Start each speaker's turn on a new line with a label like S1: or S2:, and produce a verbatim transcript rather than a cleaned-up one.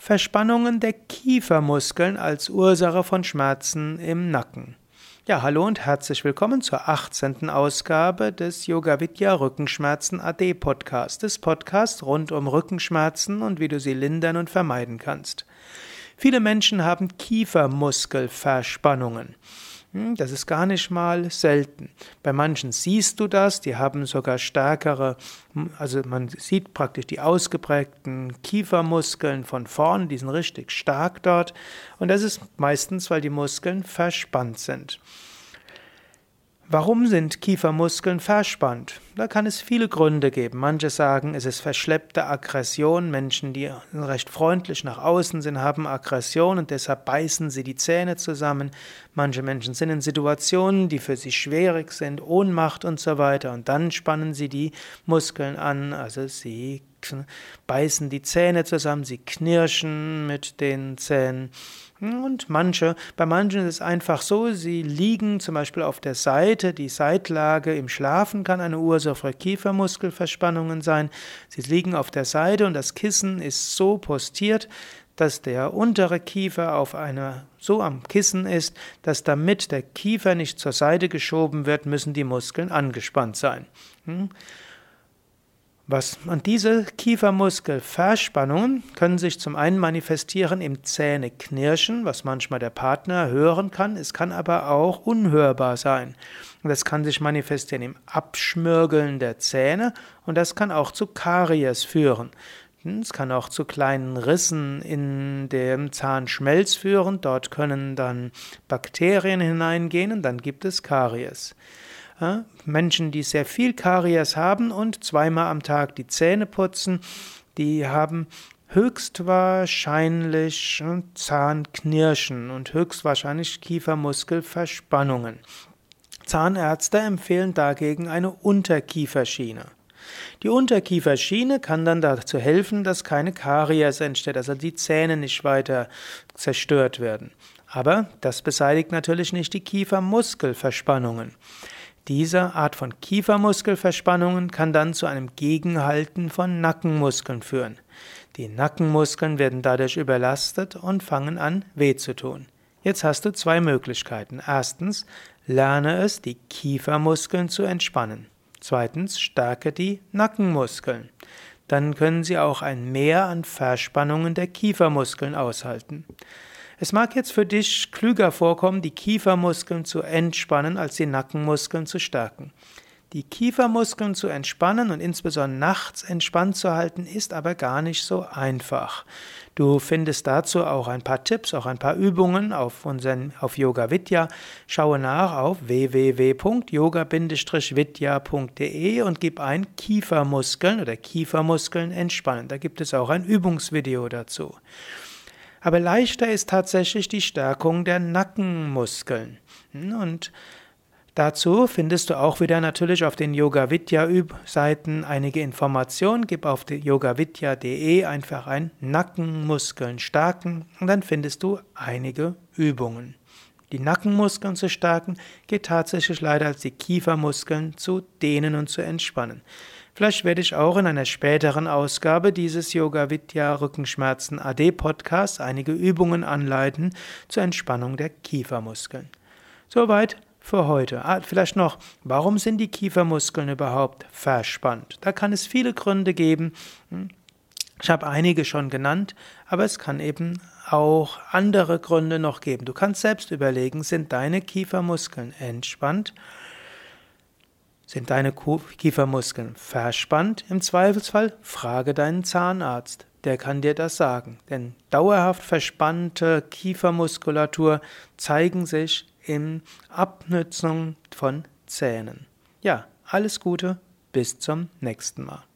S1: Verspannungen der Kiefermuskeln als Ursache von Schmerzen im Nacken. Ja, hallo und herzlich willkommen zur achtzehnten Ausgabe des Yoga Vidya Rückenschmerzen A D Podcast, des Podcasts rund um Rückenschmerzen und wie du sie lindern und vermeiden kannst. Viele Menschen haben Kiefermuskelverspannungen. Das ist gar nicht mal selten. Bei manchen siehst du das, die haben sogar stärkere, also man sieht praktisch die ausgeprägten Kiefermuskeln von vorn, die sind richtig stark dort. Und das ist meistens, weil die Muskeln verspannt sind. Warum sind Kiefermuskeln verspannt? Da kann es viele Gründe geben. Manche sagen, es ist verschleppte Aggression. Menschen, die recht freundlich nach außen sind, haben Aggression und deshalb beißen sie die Zähne zusammen. Manche Menschen sind in Situationen, die für sie schwierig sind, Ohnmacht und so weiter. Und dann spannen sie die Muskeln an, also sie beißen die Zähne zusammen, sie knirschen mit den Zähnen. Und manche, bei manchen ist es einfach so, sie liegen zum Beispiel auf der Seite, die Seitlage im Schlafen kann eine Ursache für Kiefermuskelverspannungen sein. Sie liegen auf der Seite und das Kissen ist so postiert, dass der untere Kiefer auf einer, so am Kissen ist, dass damit der Kiefer nicht zur Seite geschoben wird, müssen die Muskeln angespannt sein. Was, und diese Kiefermuskelverspannungen können sich zum einen manifestieren im Zähneknirschen, was manchmal der Partner hören kann, es kann aber auch unhörbar sein. Und das kann sich manifestieren im Abschmürgeln der Zähne und das kann auch zu Karies führen. Es kann auch zu kleinen Rissen in dem Zahnschmelz führen, dort können dann Bakterien hineingehen und dann gibt es Karies. Menschen, die sehr viel Karies haben und zweimal am Tag die Zähne putzen, die haben höchstwahrscheinlich Zahnknirschen und höchstwahrscheinlich Kiefermuskelverspannungen. Zahnärzte empfehlen dagegen eine Unterkieferschiene. Die Unterkieferschiene kann dann dazu helfen, dass keine Karies entsteht, also die Zähne nicht weiter zerstört werden. Aber das beseitigt natürlich nicht die Kiefermuskelverspannungen. Diese Art von Kiefermuskelverspannungen kann dann zu einem Gegenhalten von Nackenmuskeln führen. Die Nackenmuskeln werden dadurch überlastet und fangen an, weh zu tun. Jetzt hast du zwei Möglichkeiten. Erstens, lerne es, die Kiefermuskeln zu entspannen. Zweitens, stärke die Nackenmuskeln. Dann können sie auch ein Mehr an Verspannungen der Kiefermuskeln aushalten. Es mag jetzt für dich klüger vorkommen, die Kiefermuskeln zu entspannen, als die Nackenmuskeln zu stärken. Die Kiefermuskeln zu entspannen und insbesondere nachts entspannt zu halten, ist aber gar nicht so einfach. Du findest dazu auch ein paar Tipps, auch ein paar Übungen auf unseren, auf Yoga Vidya. Schaue nach auf w w w punkt yoga Bindestrich vidya punkt de und gib ein Kiefermuskeln oder Kiefermuskeln entspannen. Da gibt es auch ein Übungsvideo dazu. Aber leichter ist tatsächlich die Stärkung der Nackenmuskeln. Und dazu findest du auch wieder natürlich auf den Yoga Vidya Seiten einige Informationen. Gib auf yoga vidya punkt de einfach ein Nackenmuskeln stärken und dann findest du einige Übungen. Die Nackenmuskeln zu stärken geht tatsächlich leider als die Kiefermuskeln zu dehnen und zu entspannen. Vielleicht werde ich auch in einer späteren Ausgabe dieses Yoga Vidya Rückenschmerzen A D Podcasts einige Übungen anleiten zur Entspannung der Kiefermuskeln. Soweit für heute. Ah, vielleicht noch, warum sind die Kiefermuskeln überhaupt verspannt? Da kann es viele Gründe geben. Ich habe einige schon genannt, aber es kann eben auch andere Gründe noch geben. Du kannst selbst überlegen, sind deine Kiefermuskeln entspannt? Sind deine Kiefermuskeln verspannt? Im Zweifelsfall frage deinen Zahnarzt. Der kann dir das sagen. Denn dauerhaft verspannte Kiefermuskulatur zeigen sich in Abnutzung von Zähnen. Ja, alles Gute, bis zum nächsten Mal.